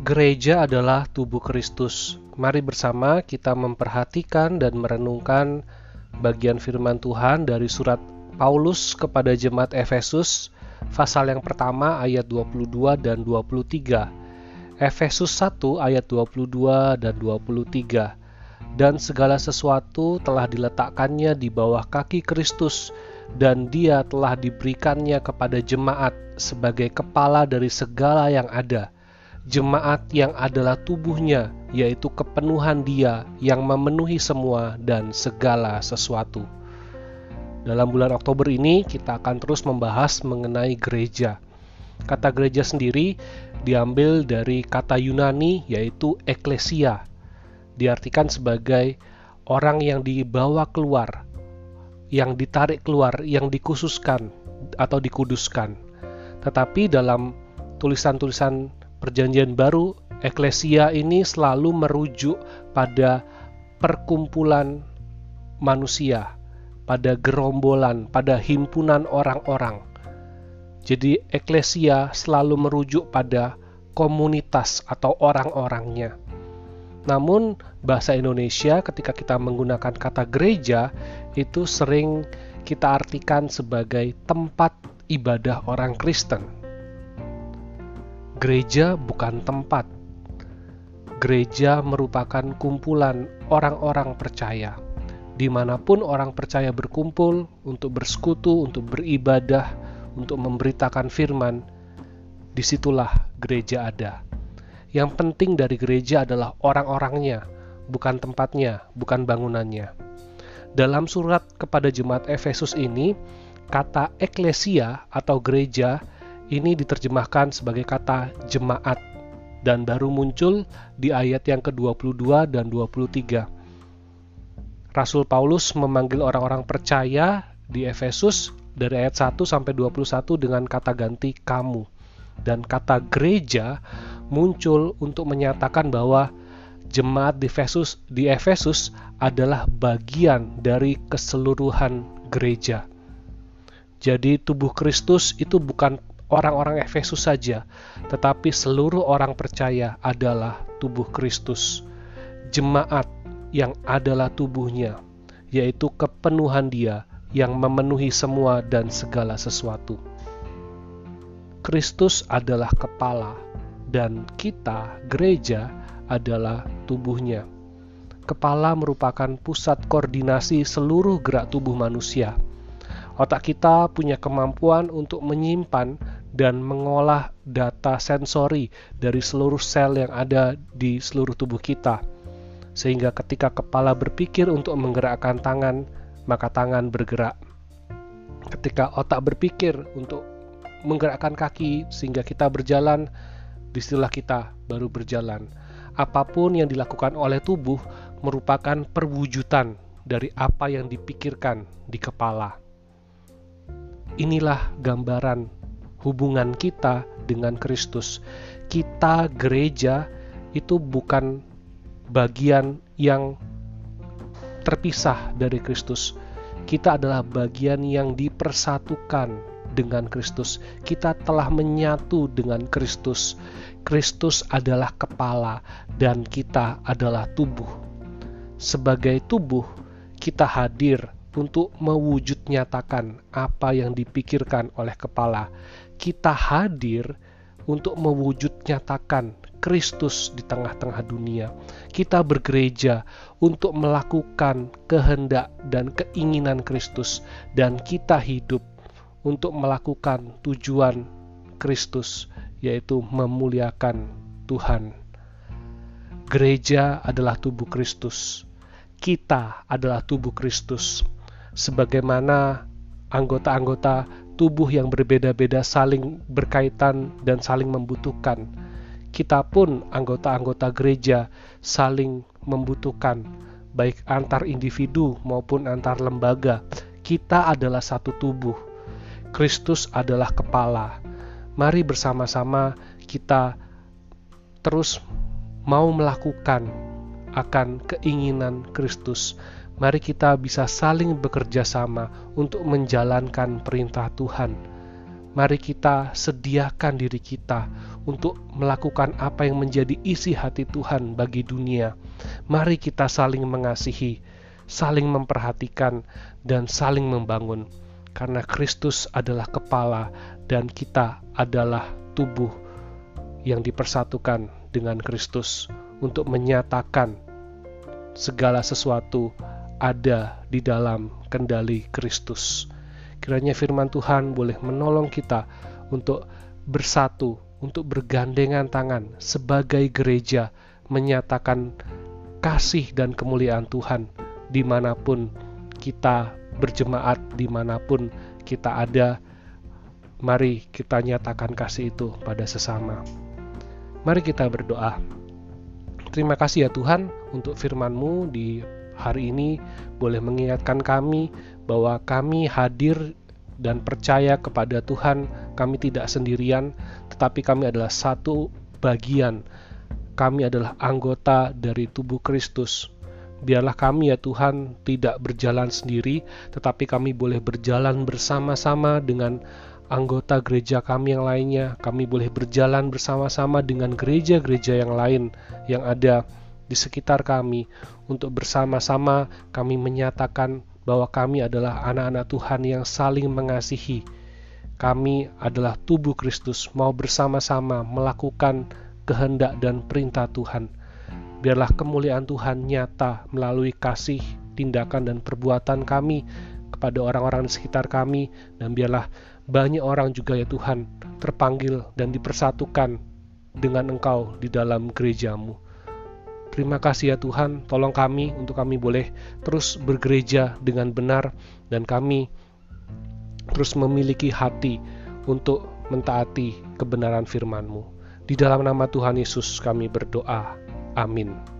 Gereja adalah tubuh Kristus. Mari bersama kita memperhatikan dan merenungkan bagian firman Tuhan dari surat Paulus kepada jemaat Efesus, pasal yang pertama ayat 22 dan 23. Efesus 1 ayat 22 dan 23. Dan segala sesuatu telah diletakkannya di bawah kaki Kristus, dan dia telah diberikannya kepada jemaat sebagai kepala dari segala yang ada. Jemaat yang adalah tubuhnya, yaitu kepenuhan dia yang memenuhi semua dan segala sesuatu. Dalam bulan Oktober ini kita akan terus membahas mengenai gereja. Kata gereja sendiri diambil dari kata Yunani yaitu eklesia. Diartikan sebagai orang yang dibawa keluar, yang ditarik keluar, yang dikhususkan atau dikuduskan. Tetapi dalam tulisan-tulisan Perjanjian Baru, eklesia ini selalu merujuk pada perkumpulan manusia, pada gerombolan, pada himpunan orang-orang. Jadi eklesia selalu merujuk pada komunitas atau orang-orangnya. Namun bahasa Indonesia ketika kita menggunakan kata gereja itu sering kita artikan sebagai tempat ibadah orang Kristen. Gereja bukan tempat. Gereja merupakan kumpulan orang-orang percaya. Dimanapun orang percaya berkumpul untuk bersekutu, untuk beribadah, untuk memberitakan firman, disitulah gereja ada. Yang penting dari gereja adalah orang-orangnya, bukan tempatnya, bukan bangunannya. Dalam surat kepada jemaat Efesus ini, kata eklesia atau gereja ini diterjemahkan sebagai kata jemaat dan baru muncul di ayat yang ke-22 dan 23. Rasul Paulus memanggil orang-orang percaya di Efesus dari ayat 1 sampai 21 dengan kata ganti kamu. Dan kata gereja muncul untuk menyatakan bahwa jemaat di Efesus adalah bagian dari keseluruhan gereja. Jadi tubuh Kristus itu bukan orang-orang Efesus saja, tetapi seluruh orang percaya adalah tubuh Kristus. Jemaat yang adalah tubuhnya, yaitu kepenuhan dia yang memenuhi semua dan segala sesuatu. Kristus adalah kepala, dan kita, gereja, adalah tubuhnya. Kepala merupakan pusat koordinasi seluruh gerak tubuh manusia. Otak kita punya kemampuan untuk menyimpan dan mengolah data sensori dari seluruh sel yang ada di seluruh tubuh kita. Sehingga ketika kepala berpikir untuk menggerakkan tangan, maka tangan bergerak. Ketika otak berpikir untuk menggerakkan kaki sehingga kita berjalan, disitulah kita baru berjalan. Apapun yang dilakukan oleh tubuh merupakan perwujudan dari apa yang dipikirkan di kepala. Inilah gambaran hubungan kita dengan Kristus. Kita gereja itu bukan bagian yang terpisah dari Kristus. Kita adalah bagian yang dipersatukan dengan Kristus. Kita telah menyatu dengan Kristus. Kristus adalah kepala dan kita adalah tubuh. Sebagai tubuh, kita hadir untuk mewujud nyatakan apa yang dipikirkan oleh kepala. Kita hadir untuk mewujud nyatakan Kristus di tengah-tengah dunia. Kita bergereja untuk melakukan kehendak dan keinginan Kristus, dan kita hidup untuk melakukan tujuan Kristus, yaitu memuliakan Tuhan. Gereja adalah tubuh Kristus. Kita adalah tubuh Kristus. Sebagaimana anggota-anggota tubuh yang berbeda-beda saling berkaitan dan saling membutuhkan, kita pun anggota-anggota gereja saling membutuhkan, baik antar individu maupun antar lembaga. Kita adalah satu tubuh. Kristus adalah kepala. Mari bersama-sama kita terus mau melakukan akan keinginan Kristus. Mari kita bisa saling bekerja sama untuk menjalankan perintah Tuhan. Mari kita sediakan diri kita untuk melakukan apa yang menjadi isi hati Tuhan bagi dunia. Mari kita saling mengasihi, saling memperhatikan, dan saling membangun. Karena Kristus adalah kepala dan kita adalah tubuh yang dipersatukan dengan Kristus untuk menyatakan segala sesuatu ada di dalam kendali Kristus. Kiranya firman Tuhan boleh menolong kita untuk bersatu, untuk bergandengan tangan sebagai gereja, menyatakan kasih dan kemuliaan Tuhan dimanapun kita berjemaat, dimanapun kita ada. Mari kita nyatakan kasih itu pada sesama. Mari kita berdoa. Terima kasih ya Tuhan untuk firman-Mu di hari ini, boleh mengingatkan kami bahwa kami hadir dan percaya kepada Tuhan. Kami tidak sendirian, tetapi kami adalah satu bagian. Kami adalah anggota dari tubuh Kristus. Biarlah kami ya Tuhan tidak berjalan sendiri, tetapi kami boleh berjalan bersama-sama dengan anggota gereja kami yang lainnya. Kami boleh berjalan bersama-sama dengan gereja-gereja yang lain yang ada di sekitar kami, untuk bersama-sama kami menyatakan bahwa kami adalah anak-anak Tuhan yang saling mengasihi. Kami adalah tubuh Kristus, mau bersama-sama melakukan kehendak dan perintah Tuhan. Biarlah kemuliaan Tuhan nyata melalui kasih, tindakan, dan perbuatan kami kepada orang-orang di sekitar kami, dan biarlah banyak orang juga ya Tuhan terpanggil dan dipersatukan dengan Engkau di dalam gereja-Mu. Terima kasih ya Tuhan, tolong kami untuk kami boleh terus bergereja dengan benar, dan kami terus memiliki hati untuk mentaati kebenaran firman-Mu. Di dalam nama Tuhan Yesus kami berdoa. Amin.